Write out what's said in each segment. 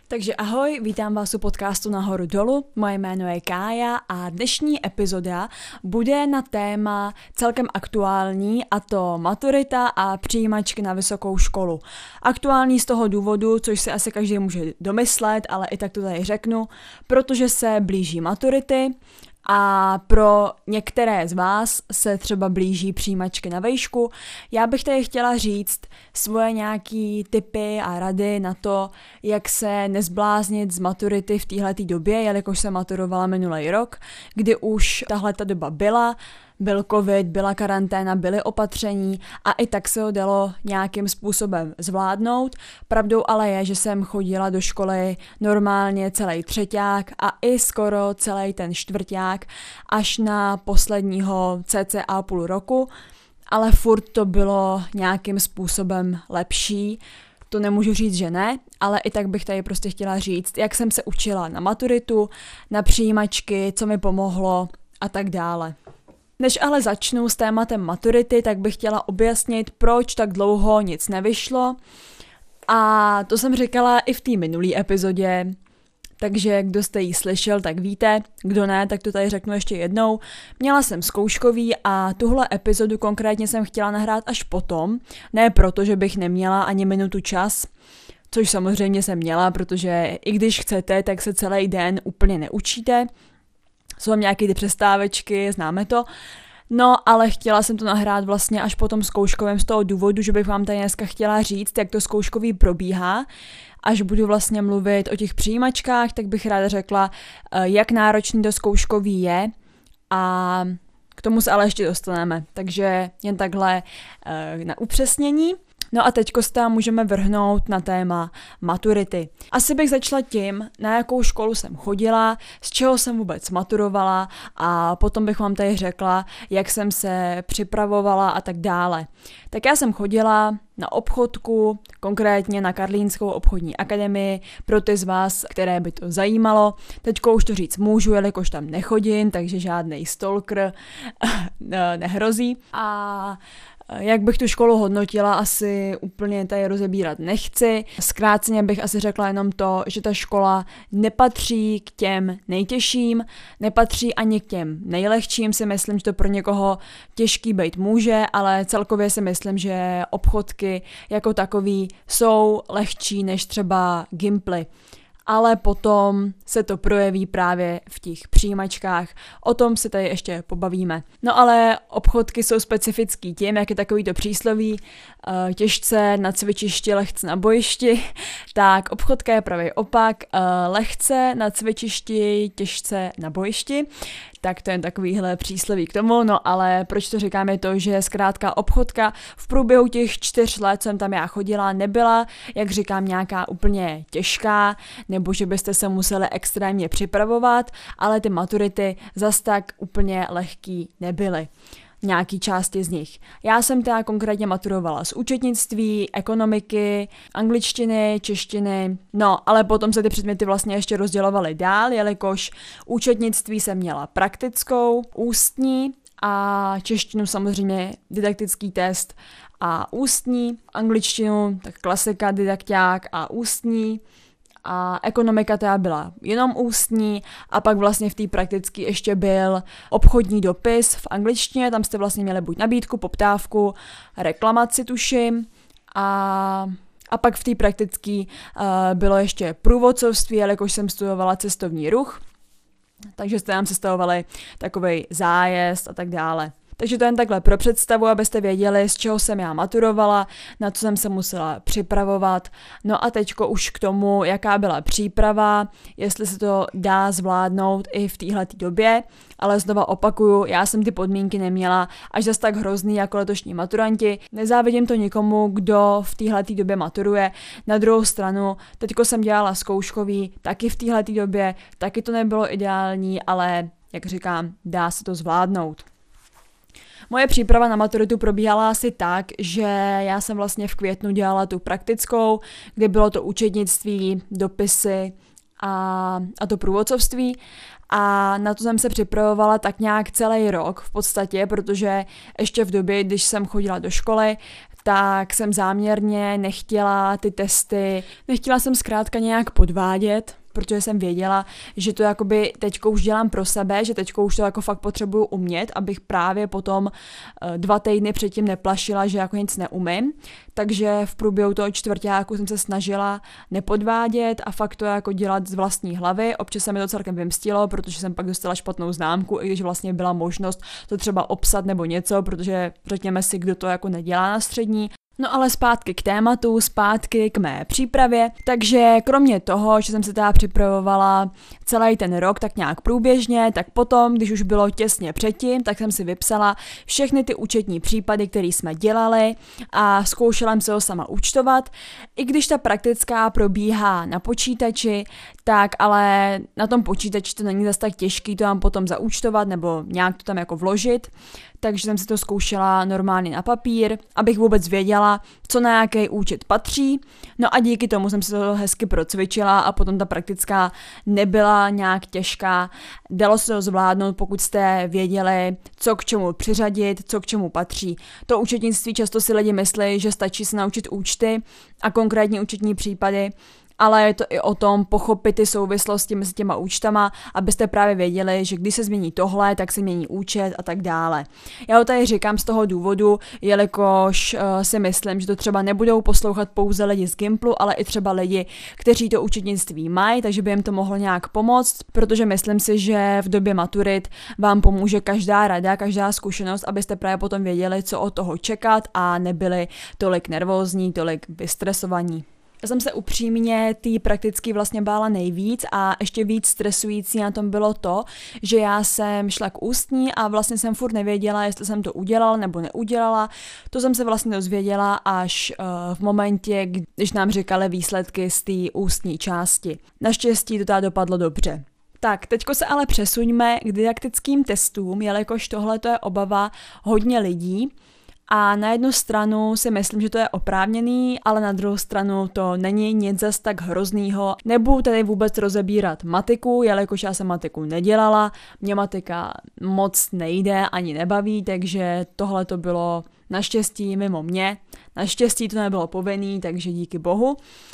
Takže ahoj, vítám vás u podcastu Nahoru dolů, moje jméno je Kája a dnešní epizoda bude na téma celkem aktuální, a to maturita a přijímačky na vysokou školu. Aktuální z toho důvodu, což si asi každý může domyslet, ale i tak to tady řeknu, protože se blíží maturity a pro některé z vás se třeba blíží přijímačky na vejšku. Já bych tady chtěla říct svoje nějaký tipy a rady na to, jak se nezbláznit z maturity v téhletý době, jelikož jsem maturovala minulý rok, kdy už tahleta doba byl covid, byla karanténa, byly opatření a i tak se ho dalo nějakým způsobem zvládnout. Pravdou ale je, že jsem chodila do školy normálně celý třeťák a i skoro celý ten čtvrťák až na posledního cca půl roku, ale furt to bylo nějakým způsobem lepší. To nemůžu říct, že ne, ale i tak bych tady prostě chtěla říct, jak jsem se učila na maturitu, na přijímačky, co mi pomohlo a tak dále. Než ale začnu s tématem maturity, tak bych chtěla objasnit, proč tak dlouho nic nevyšlo. A to jsem říkala i v té minulé epizodě, takže kdo jste ji slyšel, tak víte, kdo ne, tak to tady řeknu ještě jednou. Měla jsem zkouškový a tuhle epizodu konkrétně jsem chtěla nahrát až potom, ne proto, že bych neměla ani minutu čas, což samozřejmě jsem měla, protože i když chcete, tak se celý den úplně neučíte. Jsou tam nějaké ty přestávečky, známe to. No, ale chtěla jsem to nahrát vlastně až po tom zkouškovém z toho důvodu, že bych vám tady dneska chtěla říct, jak to zkouškový probíhá. Až budu vlastně mluvit o těch přijímačkách, tak bych ráda řekla, jak náročný to zkouškový je a k tomu se ale ještě dostaneme. Takže jen takhle na upřesnění. No a teďko se tam můžeme vrhnout na téma maturity. Asi bych začala tím, na jakou školu jsem chodila, z čeho jsem vůbec maturovala a potom bych vám tady řekla, jak jsem se připravovala a tak dále. Tak já jsem chodila na obchodku, konkrétně na Karlínskou obchodní akademii, pro ty z vás, které by to zajímalo. Teďko už to říct můžu, jelikož tam nechodím, takže žádnej stalker nehrozí. A jak bych tu školu hodnotila, asi úplně tady rozebírat nechci. Zkráceně bych asi řekla jenom to, že ta škola nepatří k těm nejtěžším, nepatří ani k těm nejlehčím, si myslím, že to pro někoho těžký být může, ale celkově si myslím, že obchodky jako takový jsou lehčí než třeba Gimply. Ale potom se to projeví právě v těch přijímačkách. O tom se tady ještě pobavíme. No ale obchodky jsou specifický tím, jak je takový to přísloví, těžce na cvičišti, lehce na bojišti. Tak obchodka je pravý opak, lehce na cvičišti, těžce na bojišti. Tak to je takovýhle přísloví k tomu, no ale proč to říkám je to, že zkrátka obchodka v průběhu těch 4 let, co jsem tam já chodila, nebyla, jak říkám, nějaká úplně těžká, nebo že byste se museli extrémně připravovat, ale ty maturity zas tak úplně lehký nebyly. Nějaký části z nich. Já jsem teda konkrétně maturovala z účetnictví, ekonomiky, angličtiny, češtiny, no, ale potom se ty předměty vlastně ještě rozdělovaly dál, jelikož účetnictví jsem měla praktickou, ústní a češtinu samozřejmě didaktický test a ústní, angličtinu tak klasika, didakťák a ústní. A ekonomika teda byla jenom ústní a pak vlastně v té praktické ještě byl obchodní dopis v angličtině, tam jste vlastně měli buď nabídku, poptávku, reklamaci tuším a pak v té praktické bylo ještě průvodcovství, jelikož jsem studovala cestovní ruch, takže jste nám sestavovali takovej zájezd a tak dále. Takže to jen takhle pro představu, abyste věděli, z čeho jsem já maturovala, na co jsem se musela připravovat. No a teďko už k tomu, jaká byla příprava, jestli se to dá zvládnout i v téhletý době, ale znova opakuju, já jsem ty podmínky neměla až zas tak hrozný jako letošní maturanti. Nezávidím to nikomu, kdo v téhletý době maturuje. Na druhou stranu, teďko jsem dělala zkouškový, taky v téhletý době, taky to nebylo ideální, ale jak říkám, dá se to zvládnout. Moje příprava na maturitu probíhala asi tak, že já jsem vlastně v květnu dělala tu praktickou, kde bylo to účetnictví, dopisy a to průvodcovství a na to jsem se připravovala tak nějak celý rok v podstatě, protože ještě v době, když jsem chodila do školy, tak jsem záměrně nechtěla ty testy, nechtěla jsem zkrátka nějak podvádět, protože jsem věděla, že to jakoby teďko už dělám pro sebe, že teďko už to jako fakt potřebuju umět, abych právě potom 2 týdny předtím neplašila, že jako nic neumím. Takže v průběhu toho čtvrťáku jsem se snažila nepodvádět a fakt to jako dělat z vlastní hlavy. Občas se mi to celkem vymstilo, protože jsem pak dostala špatnou známku, i když vlastně byla možnost to třeba obsat nebo něco, protože řekněme si, kdo to jako nedělá na střední. No ale zpátky k tématu, zpátky k mé přípravě, takže kromě toho, že jsem se teda připravovala celý ten rok tak nějak průběžně, tak potom, když už bylo těsně předtím, tak jsem si vypsala všechny ty účetní případy, které jsme dělali a zkoušela jsem se ho sama účtovat. I když ta praktická probíhá na počítači, tak ale na tom počítači to není zase tak těžký to tam potom zaúčtovat nebo nějak to tam jako vložit. Takže jsem si to zkoušela normálně na papír, abych vůbec věděla, co na jaký účet patří. No a díky tomu jsem si to hezky procvičila a potom ta praktická nebyla nějak těžká. Dalo se to zvládnout, pokud jste věděli, co k čemu přiřadit, co k čemu patří. To účetnictví často si lidi myslí, že stačí se naučit účty a konkrétní účetní případy, ale je to i o tom pochopit ty souvislosti mezi těma účtama, abyste právě věděli, že když se změní tohle, tak se mění účet a tak dále. Já ho tady říkám z toho důvodu, jelikož si myslím, že to třeba nebudou poslouchat pouze lidi z Gimplu, ale i třeba lidi, kteří to účetnictví mají, takže by jim to mohlo nějak pomoct, protože myslím si, že v době maturit vám pomůže každá rada, každá zkušenost, abyste právě potom věděli, co od toho čekat a nebyli tolik nervózní, tolik vystresovaní. Já jsem se upřímně tý prakticky vlastně bála nejvíc a ještě víc stresující na tom bylo to, že já jsem šla k ústní a vlastně jsem furt nevěděla, jestli jsem to udělala nebo neudělala. To jsem se vlastně dozvěděla až v momentě, když nám říkali výsledky z té ústní části. Naštěstí to teda dopadlo dobře. Tak, teďko se ale přesuňme k didaktickým testům, jelikož tohle to je obava hodně lidí. A na jednu stranu si myslím, že to je oprávněný, ale na druhou stranu to není nic zas tak hroznýho. Nebudu tady vůbec rozebírat matiku, jelikož já jsem matiku nedělala, mě matika moc nejde ani nebaví, takže tohle to bylo naštěstí mimo mě. Naštěstí to nebylo povinný, takže díky bohu.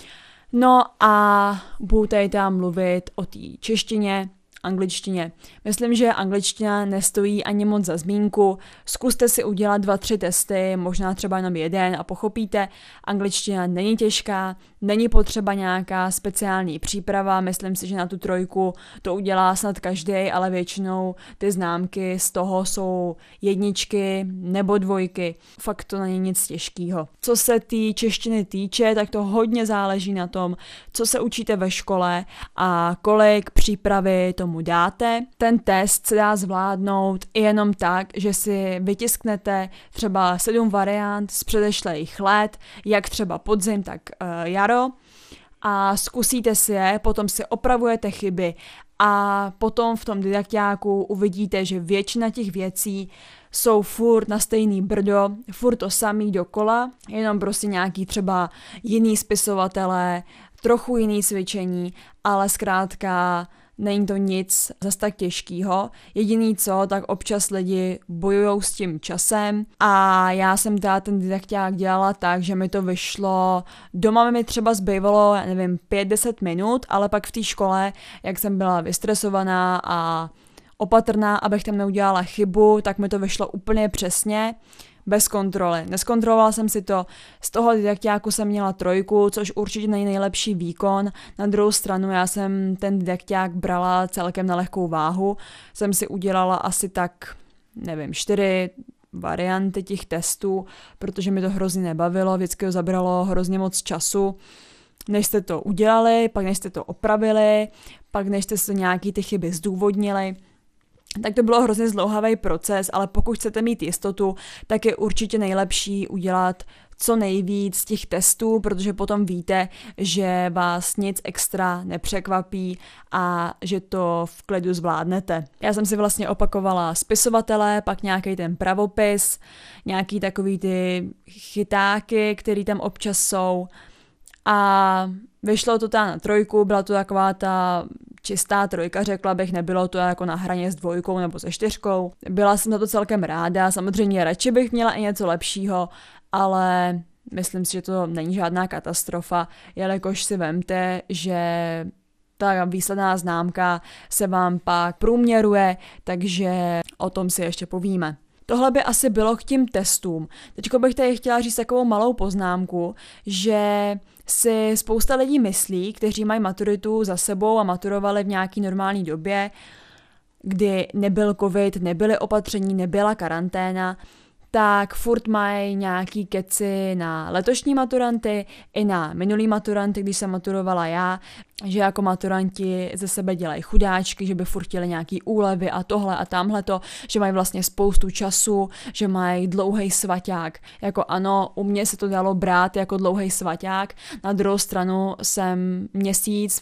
No a budu tady tam mluvit o té češtině, angličtině. Myslím, že angličtina nestojí ani moc za zmínku. Zkuste si udělat 2-3 testy, možná třeba jenom jeden a pochopíte. Angličtina není těžká, není potřeba nějaká speciální příprava. Myslím si, že na tu 3 to udělá snad každý, ale většinou ty známky z toho jsou 1 nebo 2. Fakt to není nic těžkého. Co se té češtiny týče, tak to hodně záleží na tom, co se učíte ve škole a kolik přípravy tomu dáte. Ten test se dá zvládnout i jenom tak, že si vytisknete třeba 7 variant z předešlých let, jak třeba podzim, tak jaro a zkusíte si je, potom si opravujete chyby a potom v tom didakťáku uvidíte, že většina těch věcí jsou furt na stejný brdo, furt to samý dokola, jenom prostě nějaký třeba jiný spisovatelé, trochu jiný cvičení, ale zkrátka není to nic zas tak těžkýho. Jediný co, tak občas lidi bojujou s tím časem a já jsem teda ten didakťák dělala tak, že mi to vyšlo, doma mi třeba zbývalo, nevím, 5-10 minut, ale pak v té škole, jak jsem byla vystresovaná a opatrná, abych tam neudělala chybu, tak mi to vyšlo úplně přesně. Bez kontroly. Neskontrolovala jsem si to, z toho didakťáku jsem měla 3, což určitě není nejlepší výkon. Na druhou stranu já jsem ten didakťák brala celkem na lehkou váhu. Jsem si udělala asi tak, nevím, 4 varianty těch testů, protože mi to hrozně nebavilo, vždycky ho zabralo hrozně moc času. Než jste to udělali, pak než jste to opravili, pak než jste si nějaký ty chyby zdůvodnili. Tak to bylo hrozně zdlouhavý proces, ale pokud chcete mít jistotu, tak je určitě nejlepší udělat co nejvíc z těch testů, protože potom víte, že vás nic extra nepřekvapí a že to v klidu zvládnete. Já jsem si vlastně opakovala spisovatele, pak nějaký ten pravopis, nějaký takový ty chytáky, který tam občas jsou a vyšlo to tam na 3, byla to taková ta čistá 3, řekla bych, nebylo to jako na hraně s 2 nebo se 4. Byla jsem na to celkem ráda, samozřejmě radši bych měla i něco lepšího, ale myslím si, že to není žádná katastrofa, jelikož si vemte, že ta výsledná známka se vám pak průměruje, takže o tom si ještě povíme. Tohle by asi bylo k tím testům. Teď bych tady chtěla říct takovou malou poznámku, že si spousta lidí myslí, kteří mají maturitu za sebou a maturovali v nějaký normální době, kdy nebyl covid, nebyly opatření, nebyla karanténa, tak furt mají nějaký keci na letošní maturanty i na minulý maturanty, když jsem maturovala já, že jako maturanti ze sebe dělají chudáčky, že by furt chtěli nějaký úlevy a tohle a tamhleto, že mají vlastně spoustu času, že mají dlouhej svaťák. Jako ano, u mě se to dalo brát jako dlouhej svaťák, na druhou stranu jsem měsíc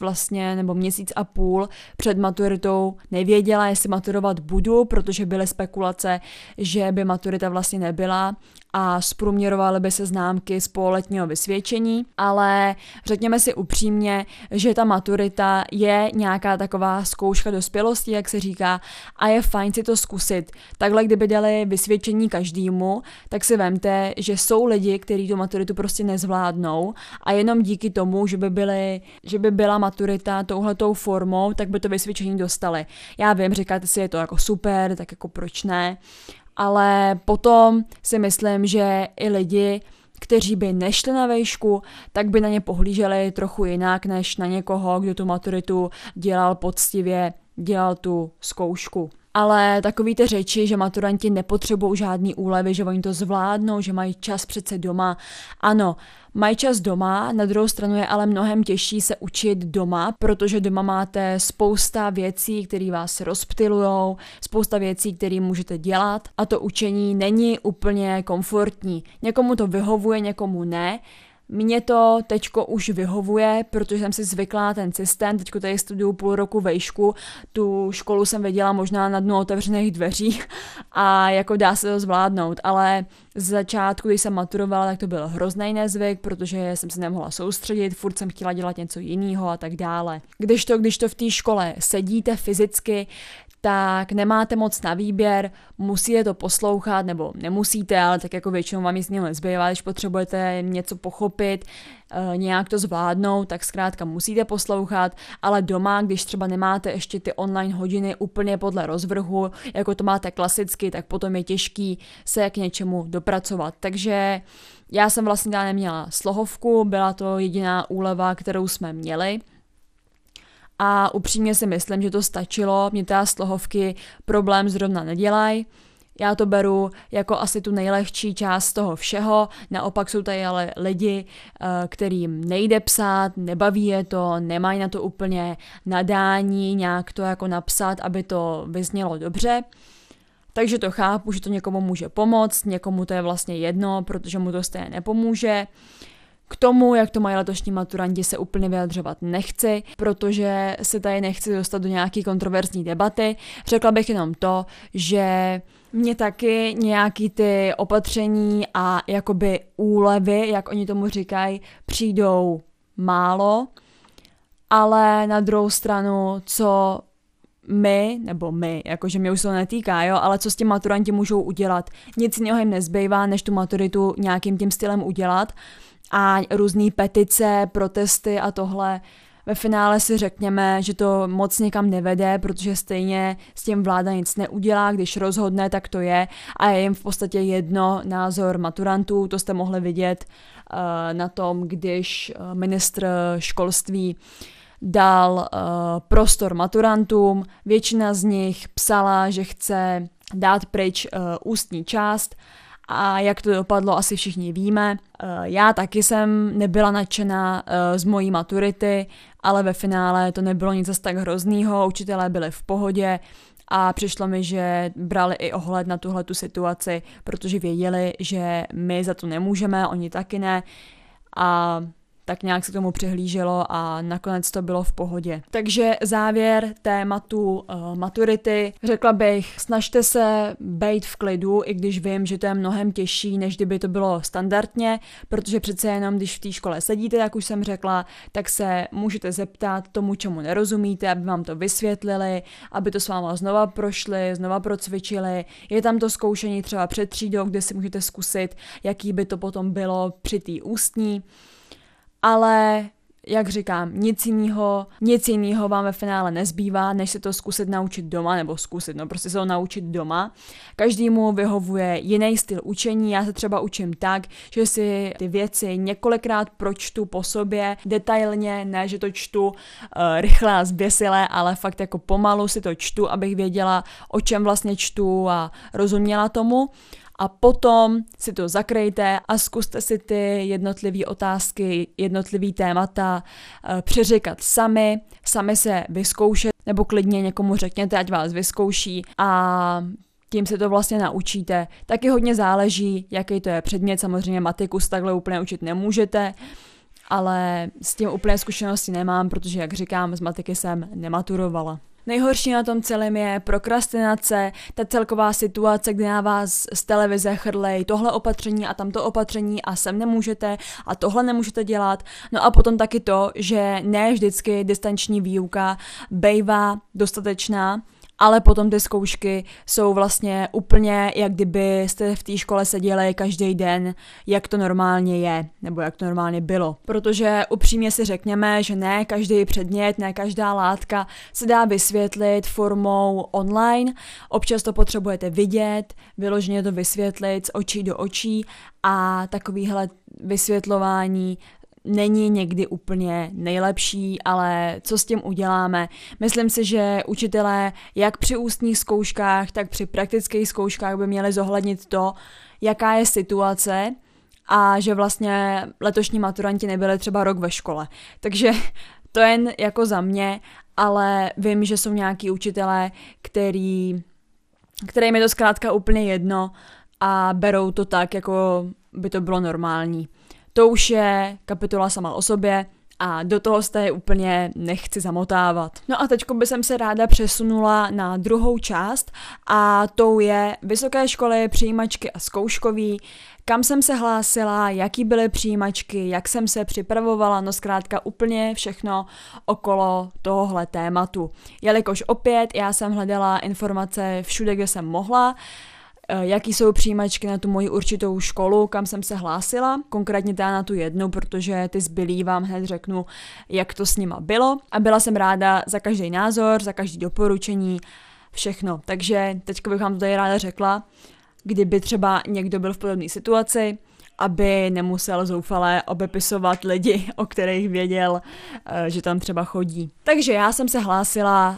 a půl před maturitou nevěděla, jestli maturovat budu, protože byly spekulace, že by maturita vlastně nebyla a zprůměrovaly by se známky z pololetního vysvědčení, ale řekněme si upřímně, že ta maturita je nějaká taková zkouška dospělosti, jak se říká, a je fajn si to zkusit. Takhle, kdyby dali vysvědčení každému, tak si vemte, že jsou lidi, kteří tu maturitu prostě nezvládnou a jenom díky tomu, že by byla maturita touhletou formou, tak by to vysvědčení dostali. Já vím, říkáte si, je to jako super, tak jako proč ne? Ale potom si myslím, že i lidi, kteří by nešli na vejšku, tak by na ně pohlíželi trochu jinak, než na někoho, kdo tu maturitu dělal poctivě, dělal tu zkoušku. Ale takový ty řeči, že maturanti nepotřebují žádný úlevy, že oni to zvládnou, že mají čas přece doma. Ano, mají čas doma, na druhou stranu je ale mnohem těžší se učit doma, protože doma máte spousta věcí, které vás rozptylujou, spousta věcí, které můžete dělat a to učení není úplně komfortní. Někomu to vyhovuje, někomu ne. Mně to teďko už vyhovuje, protože jsem si zvykla na ten systém, teďko tady studuju půl roku vejšku, tu školu jsem viděla možná na dnu otevřených dveří a jako dá se to zvládnout, ale z začátku, když jsem maturovala, tak to byl hrozný nezvyk, protože jsem se nemohla soustředit, furt jsem chtěla dělat něco jiného a tak dále. Když to v té škole sedíte fyzicky, tak nemáte moc na výběr, musíte to poslouchat, nebo nemusíte, ale tak jako většinou vám nic nezbývá, když potřebujete něco pochopit, nějak to zvládnout, tak zkrátka musíte poslouchat, ale doma, když třeba nemáte ještě ty online hodiny úplně podle rozvrhu, jako to máte klasicky, tak potom je těžký se k něčemu dopracovat. Takže já jsem vlastně neměla slohovku, byla to jediná úleva, kterou jsme měli. A upřímně si myslím, že to stačilo, mě teda slohovky problém zrovna nedělají. Já to beru jako asi tu nejlehčí část toho všeho, naopak jsou tady ale lidi, kterým nejde psát, nebaví je to, nemají na to úplně nadání, nějak to jako napsat, aby to vyznělo dobře. Takže to chápu, že to někomu může pomoct, někomu to je vlastně jedno, protože mu to stejně nepomůže. K tomu, jak to mají letošní maturanti, se úplně vyjadřovat nechci, protože se tady nechci dostat do nějaký kontroverzní debaty. Řekla bych jenom to, že mě taky nějaký ty opatření a jakoby úlevy, jak oni tomu říkají, přijdou málo, ale na druhou stranu, co my, jakože mě už se to netýká, jo, ale co s tím maturanti můžou udělat. Nic jiného jim nezbývá, než tu maturitu nějakým tím stylem udělat. A různý petice, protesty a tohle. Ve finále si řekněme, že to moc nikam nevede, protože stejně s tím vláda nic neudělá, když rozhodne, tak to je a je jim v podstatě jedno názor maturantů, to jste mohli vidět na tom, když ministr školství dal prostor maturantům, většina z nich psala, že chce dát pryč ústní část. A jak to dopadlo, asi všichni víme. Já taky jsem nebyla nadšená z mojí maturity, ale ve finále to nebylo nic zas tak hroznýho, učitelé byli v pohodě a přišlo mi, že brali i ohled na tuhletu situaci, protože věděli, že my za to nemůžeme, oni taky ne. A tak nějak se k tomu přihlíželo a nakonec to bylo v pohodě. Takže závěr tématu maturity. Řekla bych, snažte se být v klidu, i když vím, že to je mnohem těžší, než kdyby to bylo standardně, protože přece jenom, když v té škole sedíte, jak už jsem řekla, tak se můžete zeptat tomu, čemu nerozumíte, aby vám to vysvětlili, aby to s váma znova prošli, znova procvičili. Je tam to zkoušení třeba před třídou, kde si můžete zkusit, jaký by to potom bylo při té ústní. Ale, jak říkám, nic jinýho vám ve finále nezbývá, než se to zkusit naučit doma, nebo prostě se to naučit doma. Každému vyhovuje jiný styl učení, já se třeba učím tak, že si ty věci několikrát pročtu po sobě, detailně, ne, že to čtu rychle a zběsile, ale fakt jako pomalu si to čtu, abych věděla, o čem vlastně čtu a rozuměla tomu. A potom si to zakrejte a zkuste si ty jednotlivé otázky, jednotlivý témata přeříkat sami se vyzkoušet, nebo klidně někomu řekněte, ať vás vyzkouší a tím se to vlastně naučíte. Taky hodně záleží, jaký to je předmět, samozřejmě matiku se takhle úplně učit nemůžete, ale s tím úplně zkušenosti nemám, protože, jak říkám, z matiky jsem nematurovala. Nejhorší na tom celém je prokrastinace, ta celková situace, kdy na vás z televize chrlej tohle opatření a tamto opatření a sem nemůžete a tohle nemůžete dělat. No a potom taky to, že ne vždycky distanční výuka bejvá dostatečná, ale potom ty zkoušky jsou vlastně úplně, jak kdyby jste v té škole seděli každý den, jak to normálně je, nebo jak to normálně bylo. Protože upřímně si řekněme, že ne každý předmět, ne každá látka se dá vysvětlit formou online. Občas to potřebujete vidět, vyloženě to vysvětlit z očí do očí a takovýhle vysvětlování není někdy úplně nejlepší, ale co s tím uděláme? Myslím si, že učitelé jak při ústních zkouškách, tak při praktických zkouškách by měli zohlednit to, jaká je situace a že vlastně letošní maturanti nebyli třeba rok ve škole. Takže to jen jako za mě, ale vím, že jsou nějaký učitelé, kterým je to zkrátka úplně jedno a berou to tak, jako by to bylo normální. To už je kapitola sama o sobě a do toho se úplně nechci zamotávat. No a teďko bych se ráda přesunula na druhou část a tou je vysoké školy, přijímačky a zkouškový, kam jsem se hlásila, jaký byly přijímačky, jak jsem se připravovala, no zkrátka úplně všechno okolo tohohle tématu. Jelikož opět já jsem hledala informace všude, kde jsem mohla, jaký jsou přijímačky na tu moji určitou školu, kam jsem se hlásila, konkrétně teda na tu jednu, protože ty zbylý vám hned řeknu, jak to s nima bylo a byla jsem ráda za každý názor, za každý doporučení, všechno. Takže teďko bych vám to tady ráda řekla, kdyby třeba někdo byl v podobné situaci, aby nemusel zoufale obepisovat lidi, o kterých věděl, že tam třeba chodí. Takže já jsem se hlásila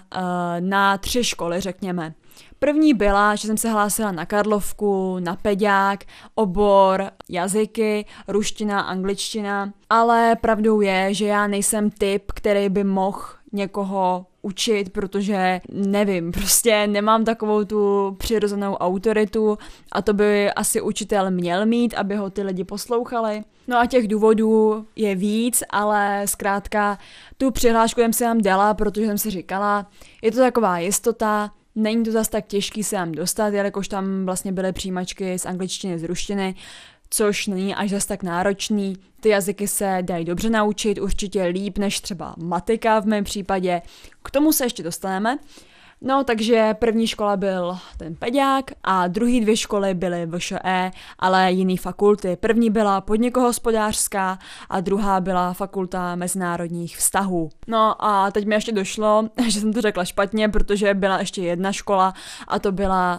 na 3 školy, řekněme. První byla, že jsem se hlásila na Karlovku, na peďák, obor, jazyky, ruština, angličtina, ale pravdou je, že já nejsem typ, který by mohl někoho učit, protože nevím, prostě nemám takovou tu přirozenou autoritu a to by asi učitel měl mít, aby ho ty lidi poslouchali. No a těch důvodů je víc, ale zkrátka tu přihlášku jsem si tam dala, protože jsem si říkala, je to taková jistota, není to zas tak těžký se tam dostat, jelikož tam vlastně byly přijímačky z angličtiny, z ruštiny, což není až zas tak náročný. Ty jazyky se dají dobře naučit, určitě líp než třeba matika v mém případě. K tomu se ještě dostaneme. No, takže první škola byl ten peďák a druhý 2 školy byly VŠE, ale jiný fakulty. První byla podnikohospodářská a druhá byla fakulta mezinárodních vztahů. No a teď mi ještě došlo, že jsem to řekla špatně, protože byla ještě jedna škola a to byla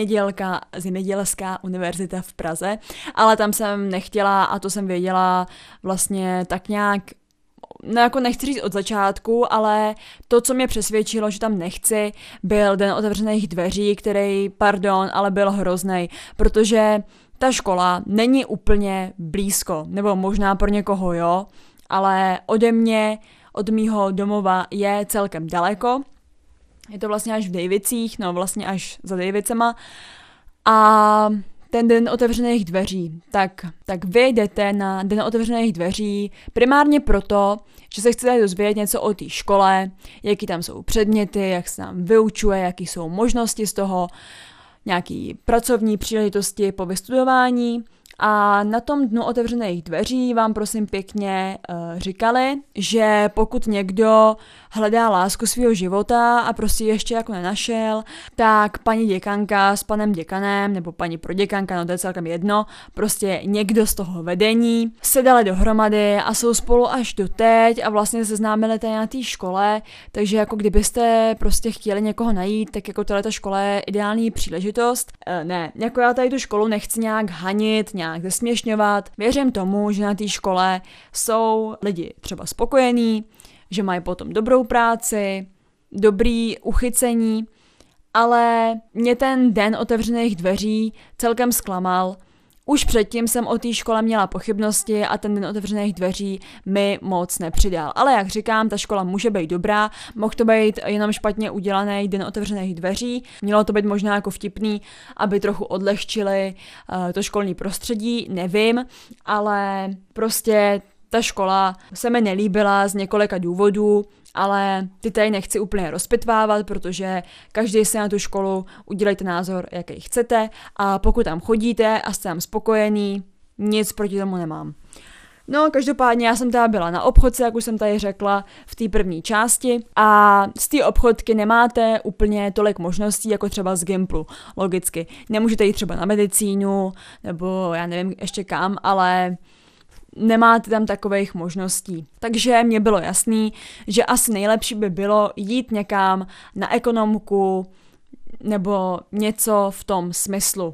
Zemědělská univerzita v Praze, ale tam jsem nechtěla a to jsem věděla vlastně tak nějak, no jako nechci říct od začátku, ale to, co mě přesvědčilo, že tam nechci, byl den otevřených dveří, který, ale byl hroznej, protože ta škola není úplně blízko, nebo možná pro někoho jo, ale ode mě, od mýho domova je celkem daleko. Je to vlastně až v Dejvicích, no vlastně až za Dejvicema a ten den otevřených dveří, tak vy jdete na den otevřených dveří primárně proto, že se chcete dozvědět něco o té škole, jaký tam jsou předměty, jak se tam vyučuje, jaký jsou možnosti z toho, nějaký pracovní příležitosti po vystudování. A na tom dnu otevřených dveří vám prosím pěkně říkali, že pokud někdo hledá lásku svého života a prostě ještě jako nenašel, tak paní děkanka s panem děkanem, nebo paní proděkanka, no to je celkem jedno, prostě někdo z toho vedení se dali dohromady a jsou spolu až doteď a vlastně se seznámili tady na té škole, takže jako kdybyste prostě chtěli někoho najít, tak jako tato škola je ideální příležitost. Ne, jako já tady tu školu nechci nějak hanit, nějak zesměšňovat. Věřím tomu, že na té škole jsou lidi třeba spokojení, že mají potom dobrou práci, dobrý uchycení, ale mě ten den otevřených dveří celkem zklamal. Už předtím jsem o té škole měla pochybnosti a ten den otevřených dveří mi moc nepřidal. Ale jak říkám, ta škola může být dobrá, mohl to být jenom špatně udělaný den otevřených dveří, mělo to být možná jako vtipný, aby trochu odlehčili to školní prostředí, nevím, ale prostě ta škola se mi nelíbila z několika důvodů, ale ty tady nechci úplně rozpitvávat, protože každý si na tu školu udělejte názor, jaký chcete a pokud tam chodíte a jste tam spokojený, nic proti tomu nemám. No, každopádně já jsem teda byla na obchodce, jak už jsem tady řekla v té první části a z té obchodky nemáte úplně tolik možností, jako třeba z Gimplu, logicky. Nemůžete jít třeba na medicínu, nebo já nevím ještě kam, ale nemáte tam takových možností. Takže mě bylo jasný, že asi nejlepší by bylo jít někam na ekonomku nebo něco v tom smyslu.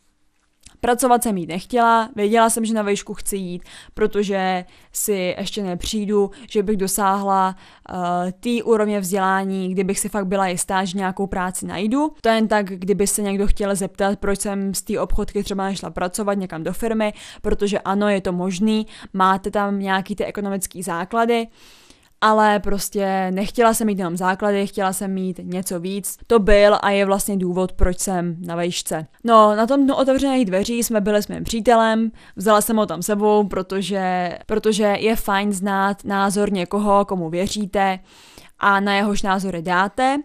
Pracovat jsem jít nechtěla, věděla jsem, že na vejšku chci jít, protože si ještě nepřijdu, že bych dosáhla té úrovně vzdělání, kdybych si fakt byla jistá, že nějakou práci najdu. To jen tak, kdyby se někdo chtěl zeptat, proč jsem z té obchodky třeba nešla pracovat někam do firmy, protože ano, je to možný, máte tam nějaký ty ekonomické základy, ale prostě nechtěla jsem mít jenom základy, chtěla jsem mít něco víc. To byl a je vlastně důvod, proč jsem na vejšce. No, na tom dnu otevřených dveří jsme byli s mým přítelem, vzala jsem ho tam sebou, protože je fajn znát názor někoho, komu věříte a na jehož názory dáte.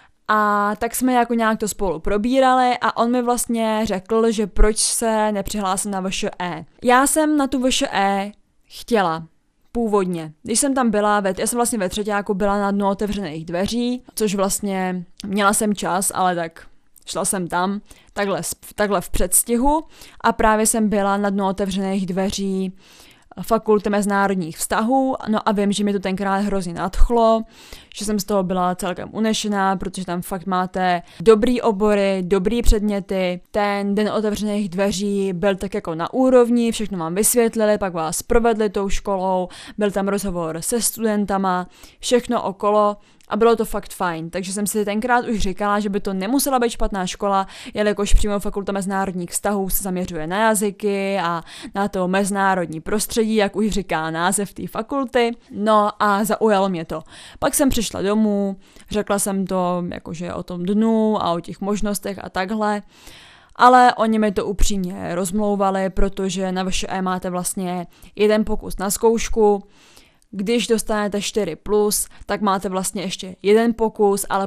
A tak jsme jako nějak to spolu probírali a on mi vlastně řekl, že proč se nepřihlásím na VŠE. Já jsem na tu VŠE chtěla. Původně. Když jsem tam byla, já jsem vlastně ve třetíku byla na dnu otevřených dveří, což vlastně měla jsem čas, ale tak šla jsem tam, takhle v předstihu a právě jsem byla na dnu otevřených dveří Fakulty mezinárodních vztahů, no a vím, že mi to tenkrát hrozně nadchlo, že jsem z toho byla celkem unešená, protože tam fakt máte dobrý obory, dobrý předměty, ten den otevřených dveří byl tak jako na úrovni, všechno vám vysvětlili, pak vás provedli tou školou, byl tam rozhovor se studentama, všechno okolo a bylo to fakt fajn, takže jsem si tenkrát už říkala, že by to nemusela být špatná škola, jelikož přímo Fakulta mezinárodních vztahů se zaměřuje na jazyky a na to mezinárodní prostředí, jak už říká název té fakulty. No a zaujalo mě to. Pak jsem přišla domů, řekla jsem to jakože o tom dnu a o těch možnostech a takhle. Ale oni mi to upřímně rozmlouvali, protože na VŠE máte vlastně jeden pokus na zkoušku. Když dostanete 4+, tak máte vlastně ještě jeden pokus, ale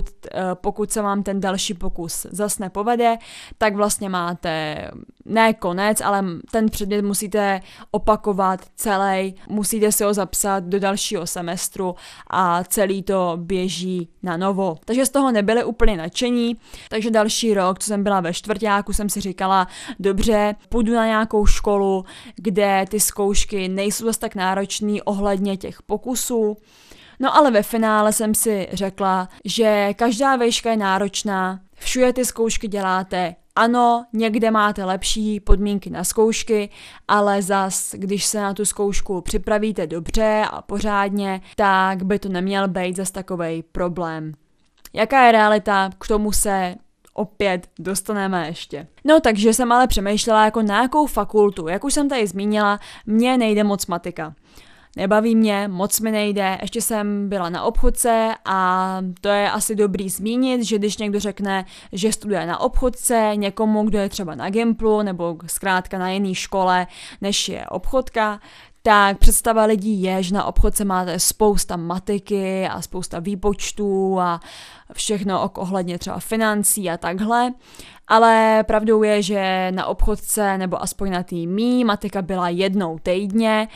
pokud se vám ten další pokus zas nepovede, tak vlastně máte ne konec, ale ten předmět musíte opakovat celý, musíte si ho zapsat do dalšího semestru a celý to běží na novo. Takže z toho nebyli úplně nadšení, takže další rok, co jsem byla ve čtvrťáku, jsem si říkala, dobře, půjdu na nějakou školu, kde ty zkoušky nejsou zase tak náročný ohledně těch pokusů. No ale ve finále jsem si řekla, že každá vejška je náročná, všude ty zkoušky děláte. Ano, někde máte lepší podmínky na zkoušky, ale zas, když se na tu zkoušku připravíte dobře a pořádně, tak by to neměl být zas takovej problém. Jaká je realita? K tomu se opět dostaneme ještě. No takže jsem ale přemýšlela jako na jakou fakultu. Jak už jsem tady zmínila, mně nejde moc matika. nebaví mě, moc mi nejde, ještě jsem byla na obchodce a to je asi dobrý zmínit, že když někdo řekne, že studuje na obchodce někomu, kdo je třeba na Gimplu nebo zkrátka na jiné škole, než je obchodka, tak představa lidí je, že na obchodce máte spousta matiky a spousta výpočtů a všechno ohledně třeba financí a takhle, ale pravdou je, že na obchodce nebo aspoň na té mý matika byla jednou týdně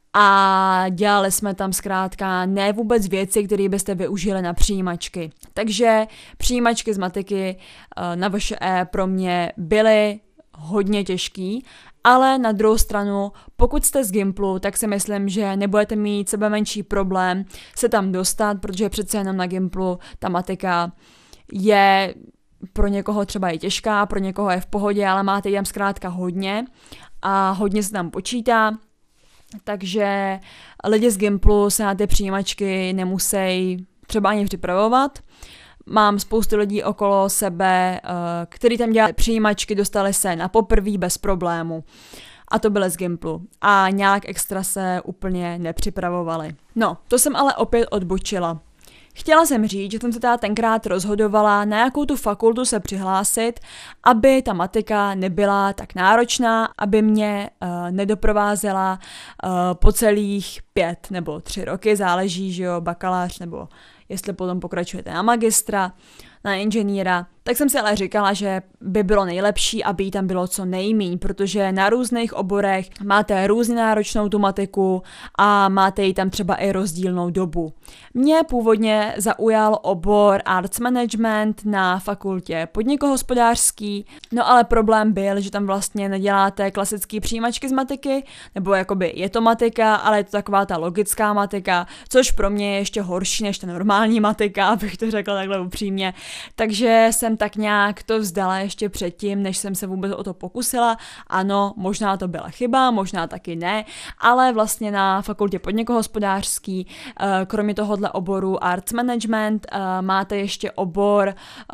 a dělali jsme tam zkrátka ne vůbec věci, které byste využili na přijímačky. Takže přijímačky z matiky na VŠE pro mě byly hodně těžký, ale na druhou stranu, pokud jste z Gimplu, tak si myslím, že nebudete mít sebe menší problém se tam dostat, protože přece jenom na Gimplu ta matika je pro někoho třeba i těžká, pro někoho je v pohodě, ale máte tam zkrátka hodně a hodně se tam počítá, takže lidi z Gimplu se na ty přijímačky nemusí třeba ani připravovat. Mám spoustu lidí okolo sebe, kteří tam dělali přijímačky, dostali se na poprví bez problému. A to byly z Gimplu. A nějak extra se úplně nepřipravovali. No, to jsem ale opět odbočila. Chtěla jsem říct, že jsem se teda tenkrát rozhodovala, na jakou tu fakultu se přihlásit, aby ta matika nebyla tak náročná, aby mě nedoprovázela po celých 5 nebo 3 roky, záleží, že jo, bakalář nebo jestli potom pokračujete na magistra, na inženýra, tak jsem si ale říkala, že by bylo nejlepší, aby jí tam bylo co nejmíň, protože na různých oborech máte různě náročnou tu matiku a máte jí tam třeba i rozdílnou dobu. Mě původně zaujal obor Arts Management na fakultě podnikohospodářský, no ale problém byl, že tam vlastně neděláte klasický přijímačky z matiky, nebo jakoby je to matika, ale je to taková ta logická matika, což pro mě je ještě horší než ta normální matika, abych to řekla takhle upřímně. Takže jsem tak nějak to vzdala ještě předtím, než jsem se vůbec o to pokusila. Ano, možná to byla chyba, možná taky ne, ale vlastně na fakultě podnikohospodářský, kromě tohohle oboru Arts Management, máte ještě obor,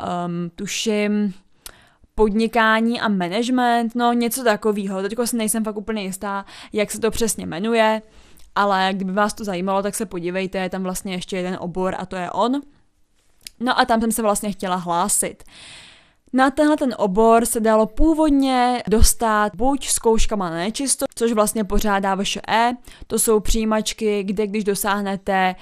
tuším, podnikání a management, no něco takového. Teďko si nejsem fakt úplně jistá, jak se to přesně jmenuje, ale kdyby vás to zajímalo, tak se podívejte, je tam vlastně ještě jeden obor a to je on. No a tam jsem se vlastně chtěla hlásit. Na tenhle ten obor se dalo původně dostat buď zkouškama na nečisto, což vlastně pořádá VŠE, to jsou přijímačky, kde když dosáhnete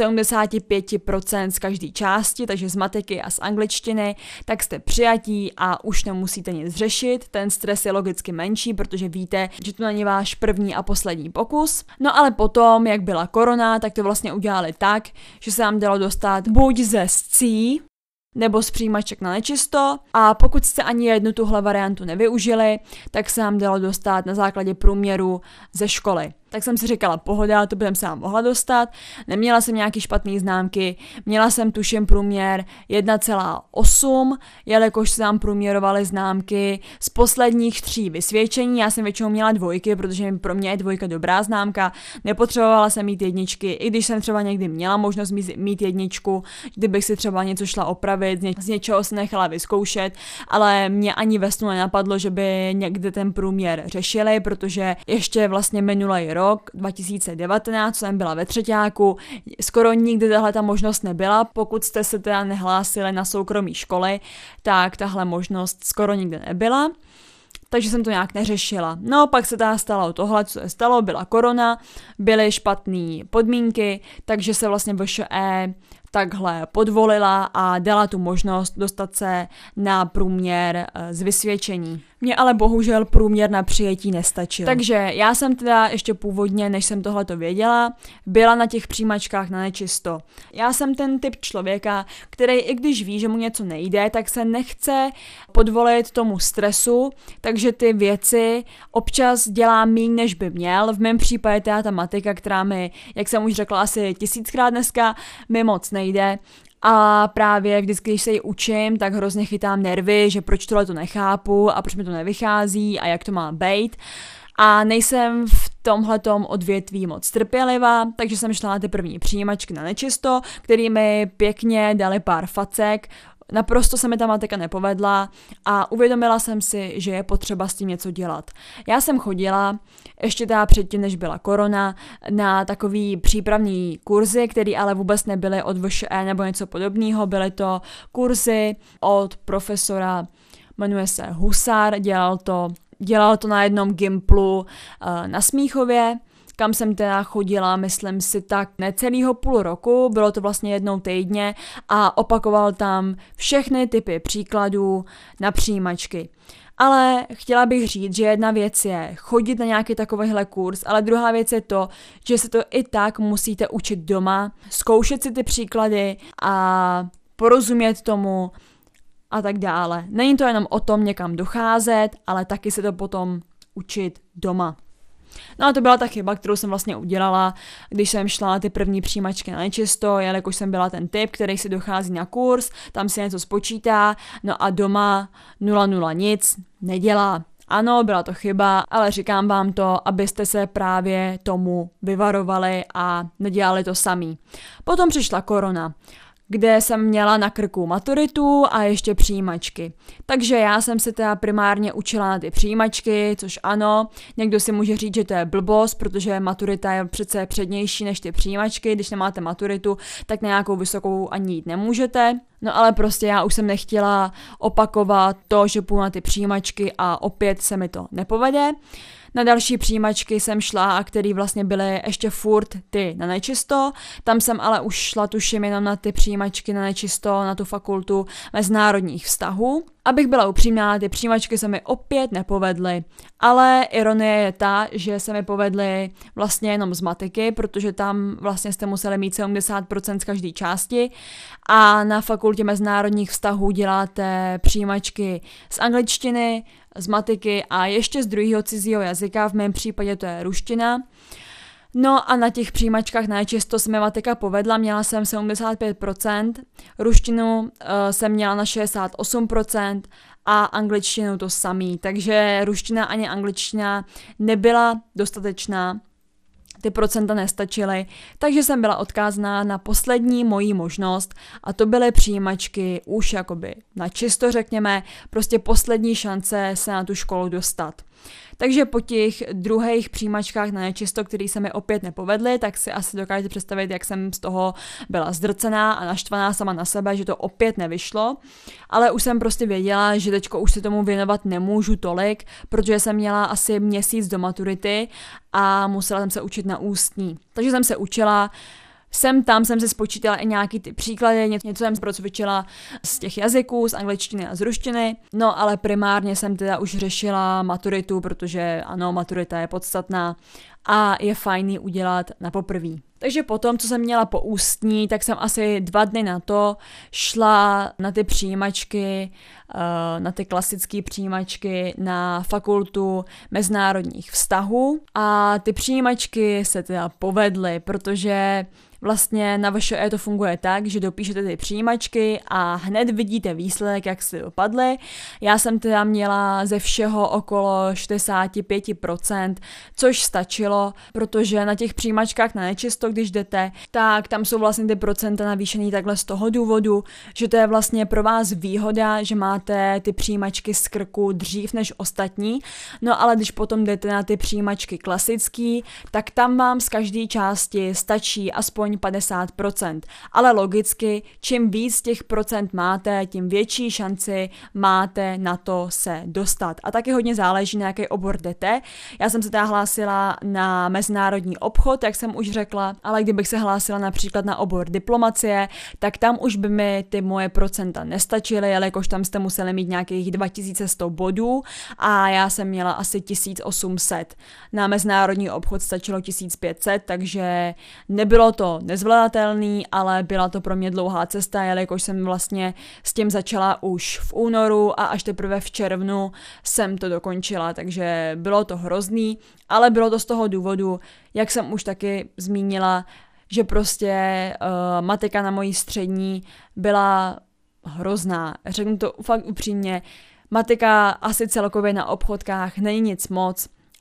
75% z každé části, takže z matiky a z angličtiny, tak jste přijatí a už nemusíte nic řešit, ten stres je logicky menší, protože víte, že to není váš první a poslední pokus. No ale potom, jak byla korona, tak to vlastně udělali tak, že se vám dalo dostat buď ze SCI, nebo z přijímaček na nečisto a pokud jste ani jednu tuhle variantu nevyužili, tak se nám dalo dostat na základě průměru ze školy. Tak jsem si říkala, pohoda, to bych se vám mohla dostat, neměla jsem nějaký špatný známky, měla jsem tuším průměr 1,8, jelikož se nám průměrovaly známky z posledních 3 vysvědčení, já jsem většinou měla 2, protože pro mě je 2 dobrá známka, nepotřebovala jsem mít 1, i když jsem třeba někdy měla možnost mít 1, kdybych si třeba něco šla opravit, z něčeho se nechala vyzkoušet, ale mě ani ve snu nenapadlo, že by někde ten průměr řešili, protože ještě vlastně minulý rok 2019, co jsem byla ve třeťáku, skoro nikdy tahle ta možnost nebyla, pokud jste se teda nehlásili na soukromé školy, tak tahle možnost skoro nikdy nebyla. Takže jsem to nějak neřešila. No, pak se teda stalo tohle, co se stalo, byla korona, byly špatné podmínky, takže se vlastně VŠE takhle podvolila a dala tu možnost dostat se na průměr z vysvědčení. Mně ale bohužel průměr na přijetí nestačil. Takže já jsem teda ještě původně, než jsem tohleto věděla, byla na těch přijímačkách na nečisto. Já jsem ten typ člověka, který i když ví, že mu něco nejde, tak se nechce podvolit tomu stresu, takže ty věci občas dělá míň, než by měl. V mém případě teda ta matika, která mi, jak jsem už řekla asi 1000krát dneska, mi moc nejde. A právě vždycky, když se ji učím, tak hrozně chytám nervy, že proč tohle to nechápu a proč mi to nevychází a jak to má být. A nejsem v tomhletom odvětví moc trpělivá, takže jsem šla na ty první přijímačky na nečisto, který mi pěkně dali pár facek, naprosto se mi ta matika nepovedla a uvědomila jsem si, že je potřeba s tím něco dělat. Já jsem chodila, ještě teda předtím, než byla korona, na takový přípravný kurzy, které ale vůbec nebyly od VŠE nebo něco podobného. Byly to kurzy od profesora, jmenuje se Husar, dělal to na jednom Gimplu na Smíchově, kam jsem teda chodila, myslím si tak necelýho půl roku, bylo to vlastně jednou týdně a opakoval tam všechny typy příkladů na přijímačky. Ale chtěla bych říct, že jedna věc je chodit na nějaký takovýhle kurz, ale druhá věc je to, že se to i tak musíte učit doma, zkoušet si ty příklady a porozumět tomu a tak dále. Není to jenom o tom někam docházet, ale taky se to potom učit doma. No a to byla ta chyba, kterou jsem vlastně udělala, když jsem šla na ty první přijímačky na nečisto, jelikož jsem byla ten typ, který si dochází na kurz, tam si něco spočítá, no a doma 0 nic nedělá. Ano, byla to chyba, ale říkám vám to, abyste se právě tomu vyvarovali a nedělali to sami. Potom přišla korona, kde jsem měla na krku maturitu a ještě přijímačky. Takže já jsem se teda primárně učila na ty přijímačky, což ano, někdo si může říct, že to je blbost, protože maturita je přece přednější než ty přijímačky, když nemáte maturitu, tak na nějakou vysokou ani jít nemůžete. No ale prostě já už jsem nechtěla opakovat to, že půjdu na ty přijímačky a opět se mi to nepovede. Na další přijímačky jsem šla, a který vlastně byly ještě furt ty na nečisto. Tam jsem ale už šla tuším jenom na ty přijímačky na nečisto, na tu fakultu mezinárodních vztahů. Abych byla upřímná, ty přijímačky se mi opět nepovedly, ale ironie je ta, že se mi povedly vlastně jenom z matiky, protože tam vlastně jste museli mít 70% z každé části a na fakultě mezinárodních vztahů děláte přijímačky z angličtiny, z matiky a ještě z druhého cizího jazyka, v mém případě to je ruština. No a na těch přijímačkách na nečisto se mi matika povedla, měla jsem 75%, ruštinu jsem měla na 68% a angličtinu to samý, takže ruština ani angličtina nebyla dostatečná. Ty procenta nestačily, takže jsem byla odkázaná na poslední moji možnost a to byly přijímačky už jakoby na čisto řekněme, prostě poslední šance se na tu školu dostat. Takže po těch druhých přijímačkách na nečisto, které se mi opět nepovedly, tak si asi dokážete představit, jak jsem z toho byla zdrcená a naštvaná sama na sebe, že to opět nevyšlo. Ale už jsem prostě věděla, že teďko už se tomu věnovat nemůžu tolik, protože jsem měla asi měsíc do maturity a musela jsem se učit na ústní. Takže jsem se učila. Tam jsem si spočítala i nějaký ty příklady, něco jsem procvičila z těch jazyků, z angličtiny a z ruštiny, no ale primárně jsem teda už řešila maturitu, protože ano, maturita je podstatná a je fajn ji udělat na poprví. Takže potom, co jsem měla po ústní, tak jsem asi 2 dny na to šla na ty přijímačky, na ty klasické přijímačky na fakultu mezinárodních vztahů a ty přijímačky se teda povedly, protože vlastně na VŠE to funguje tak, že dopíšete ty přijímačky a hned vidíte výsledek, jak se dopadly. Já jsem teda měla ze všeho okolo 65%, což stačilo, protože na těch přijímačkách na nečisto, když jdete, tak tam jsou vlastně ty procenta navýšený takhle z toho důvodu, že to je vlastně pro vás výhoda, že máte ty přijímačky z krku dřív než ostatní, no ale když potom jdete na ty přijímačky klasický, tak tam vám z každé části stačí aspoň 50%. Ale logicky, čím víc těch procent máte, tím větší šanci máte na to se dostat. A taky hodně záleží, na jaký obor jdete. Já jsem se teda hlásila na mezinárodní obchod, jak jsem už řekla, ale kdybych se hlásila například na obor diplomacie, tak tam už by mi ty moje procenta nestačily, jelikož tam jste museli mít nějakých 2100 bodů a já jsem měla asi 1800. Na mezinárodní obchod stačilo 1500, takže nebylo to nezvladatelný, ale byla to pro mě dlouhá cesta, jelikož jsem vlastně s tím začala už v únoru a až teprve v červnu jsem to dokončila, takže bylo to hrozný, ale bylo to z toho důvodu, jak jsem už taky zmínila, že prostě matika na mojí střední byla hrozná. Řeknu to fakt upřímně, matika asi celkově na obchodkách není nic moc,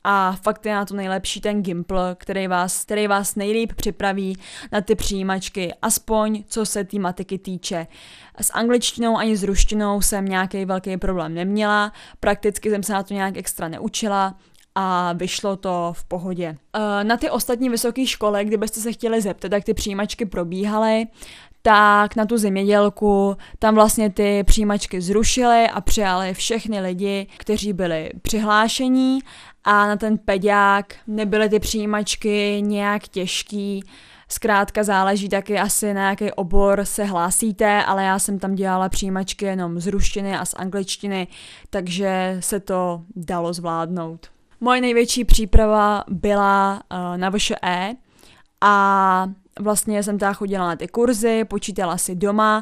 A fakt je na to nejlepší ten Gimpl, který vás nejlíp připraví na ty přijímačky, aspoň co se té matiky týče. S angličtinou ani s ruštinou jsem nějaký velký problém neměla, prakticky jsem se na to nějak extra neučila a vyšlo to v pohodě. Na ty ostatní vysoké školy, kdybyste se chtěli zeptat, jak ty přijímačky probíhaly, tak na tu zemědělku tam vlastně ty přijímačky zrušili a přijali všechny lidi, kteří byli přihlášení, a na ten peďák nebyly ty přijímačky nějak těžký. Zkrátka záleží taky asi na jaký obor se hlásíte, ale já jsem tam dělala přijímačky jenom z ruštiny a z angličtiny, takže se to dalo zvládnout. Moje největší příprava byla na VŠE a vlastně jsem teda chodila na ty kurzy, počítala si doma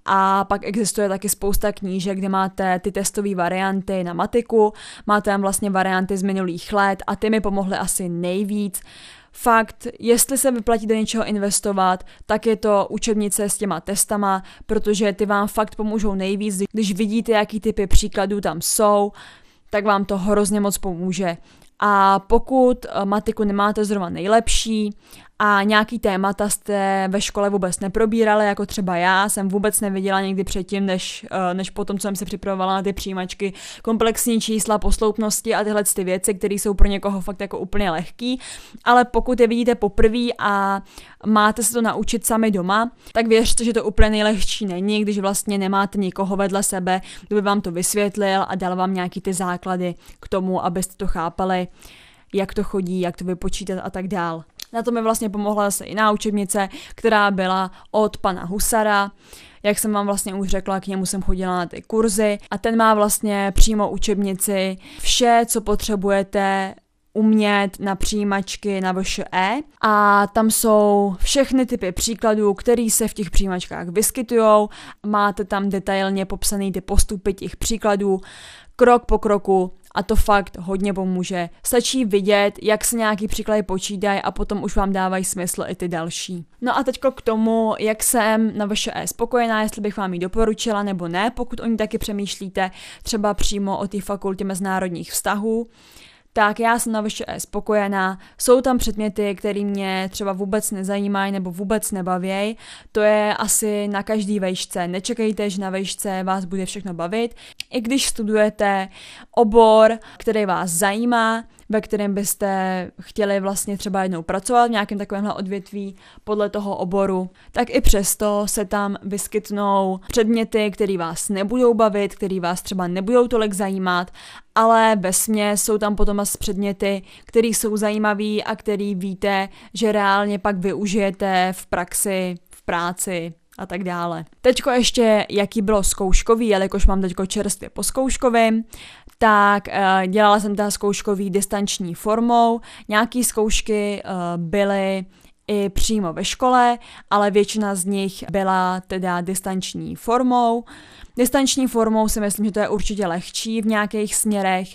a pak existuje taky spousta knížek, kde máte ty testové varianty na matiku, máte tam vlastně varianty z minulých let a ty mi pomohly asi nejvíc. Fakt, jestli se vyplatí do něčeho investovat, tak je to učebnice s těma testama, protože ty vám fakt pomůžou nejvíc, když vidíte, jaký typy příkladů tam jsou, tak vám to hrozně moc pomůže. A pokud matiku nemáte zrovna nejlepší a nějaký témata jste ve škole vůbec neprobírali, jako třeba já jsem vůbec neviděla někdy předtím, než potom, co jsem se připravovala na ty přijímačky, komplexní čísla, posloupnosti a tyhle ty věci, které jsou pro někoho fakt jako úplně lehký, ale pokud je vidíte poprvé a máte se to naučit sami doma, tak věřte, že to úplně nejlehčí není, když vlastně nemáte nikoho vedle sebe, kdo by vám to vysvětlil a dal vám nějaký ty základy k tomu, abyste to chápali, jak to chodí, jak to vypočítat a tak dál. Na to mi vlastně pomohla zase jiná učebnice, která byla od pana Husara. Jak jsem vám vlastně už řekla, k němu jsem chodila na ty kurzy a ten má vlastně přímo učebnici vše, co potřebujete umět na přijímačky na VŠE a tam jsou všechny typy příkladů, které se v těch přijímačkách vyskytujou. Máte tam detailně popsaný ty postupy těch příkladů, krok po kroku, a to fakt hodně pomůže. Stačí vidět, jak se nějaký příklady počítají a potom už vám dávají smysl i ty další. No a teďko k tomu, jak jsem na VŠE spokojená, jestli bych vám ji doporučila nebo ne, pokud o ní taky přemýšlíte, třeba přímo o té fakultě mezinárodních vztahů. Tak já jsem na VŠE spokojená, jsou tam předměty, které mě třeba vůbec nezajímají nebo vůbec nebaví, to je asi na každý vejšce, nečekejte, že na vejšce vás bude všechno bavit, i když studujete obor, který vás zajímá, ve kterém byste chtěli vlastně třeba jednou pracovat v nějakém takovémhle odvětví podle toho oboru, tak i přesto se tam vyskytnou předměty, které vás nebudou bavit, které vás třeba nebudou tolik zajímat, ale vesměs jsou tam potom asi předměty, které jsou zajímavé a který víte, že reálně pak využijete v praxi, v práci a tak dále. Teďko ještě, jaký bylo zkouškový, jelikož mám teďko čerstvě po zkouškovým, tak dělala jsem teda zkouškový distanční formou, nějaký zkoušky byly i přímo ve škole, ale většina z nich byla teda distanční formou. Distanční formou si myslím, že to je určitě lehčí v nějakých směrech,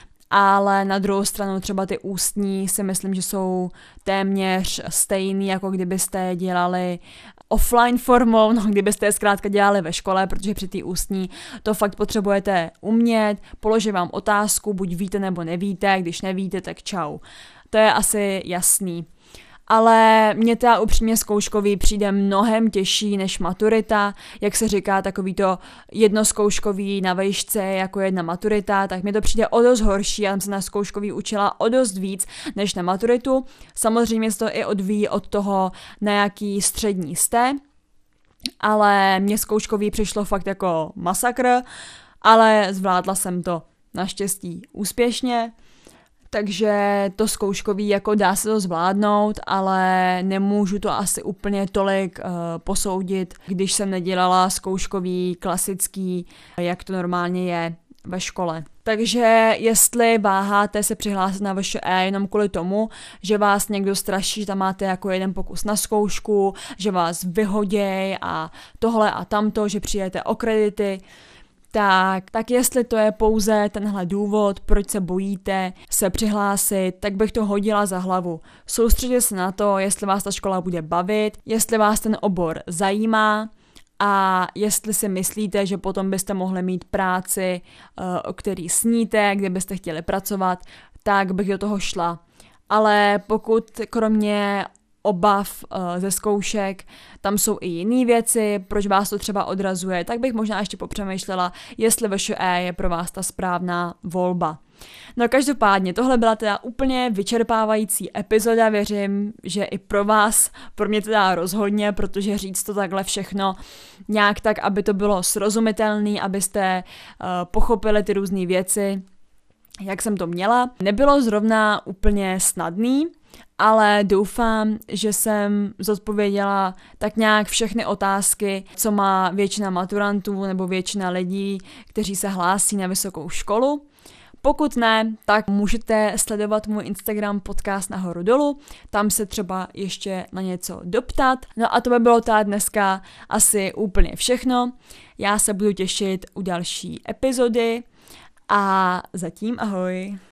ale na druhou stranu třeba ty ústní si myslím, že jsou téměř stejný, jako kdybyste dělali offline formou, no kdybyste je zkrátka dělali ve škole, protože při té ústní to fakt potřebujete umět, položit vám otázku, buď víte nebo nevíte, když nevíte, tak čau. To je asi jasný. Ale mně teda upřímně zkouškový přijde mnohem těžší než maturita, jak se říká takový to jednozkouškový na vejšce jako jedna maturita, tak mi to přijde o dost horší, já jsem se na zkouškový učila o dost víc než na maturitu, samozřejmě se to i odvíjí od toho, na jaký střední jste, ale mně zkouškový přišlo fakt jako masakr, ale zvládla jsem to naštěstí úspěšně. Takže to zkouškový jako dá se to zvládnout, ale nemůžu to asi úplně tolik posoudit, když jsem nedělala zkouškový klasický, jak to normálně je ve škole. Takže jestli váháte se přihlásit na VŠE jenom kvůli tomu, že vás někdo straší, že tam máte jako jeden pokus na zkoušku, že vás vyhoděj a tohle a tamto, že přijete o kredity, tak jestli to je pouze tenhle důvod, proč se bojíte se přihlásit, tak bych to hodila za hlavu. Soustředit se na to, jestli vás ta škola bude bavit, jestli vás ten obor zajímá a jestli si myslíte, že potom byste mohli mít práci, o který sníte, kde byste chtěli pracovat, tak bych do toho šla. Ale pokud kromě obav ze zkoušek, tam jsou i jiné věci, proč vás to třeba odrazuje, tak bych možná ještě popřemýšlela, jestli VŠE je pro vás ta správná volba. No každopádně, tohle byla teda úplně vyčerpávající epizoda, věřím, že i pro vás, pro mě teda rozhodně, protože říct to takhle všechno nějak tak, aby to bylo srozumitelné, abyste pochopili ty různé věci, jak jsem to měla. Nebylo zrovna úplně snadný, ale doufám, že jsem zodpověděla tak nějak všechny otázky, co má většina maturantů nebo většina lidí, kteří se hlásí na vysokou školu. Pokud ne, tak můžete sledovat můj Instagram podcast Nahoru dolů, tam se třeba ještě na něco doptat. No a to by bylo teda dneska asi úplně všechno. Já se budu těšit u další epizody a zatím ahoj.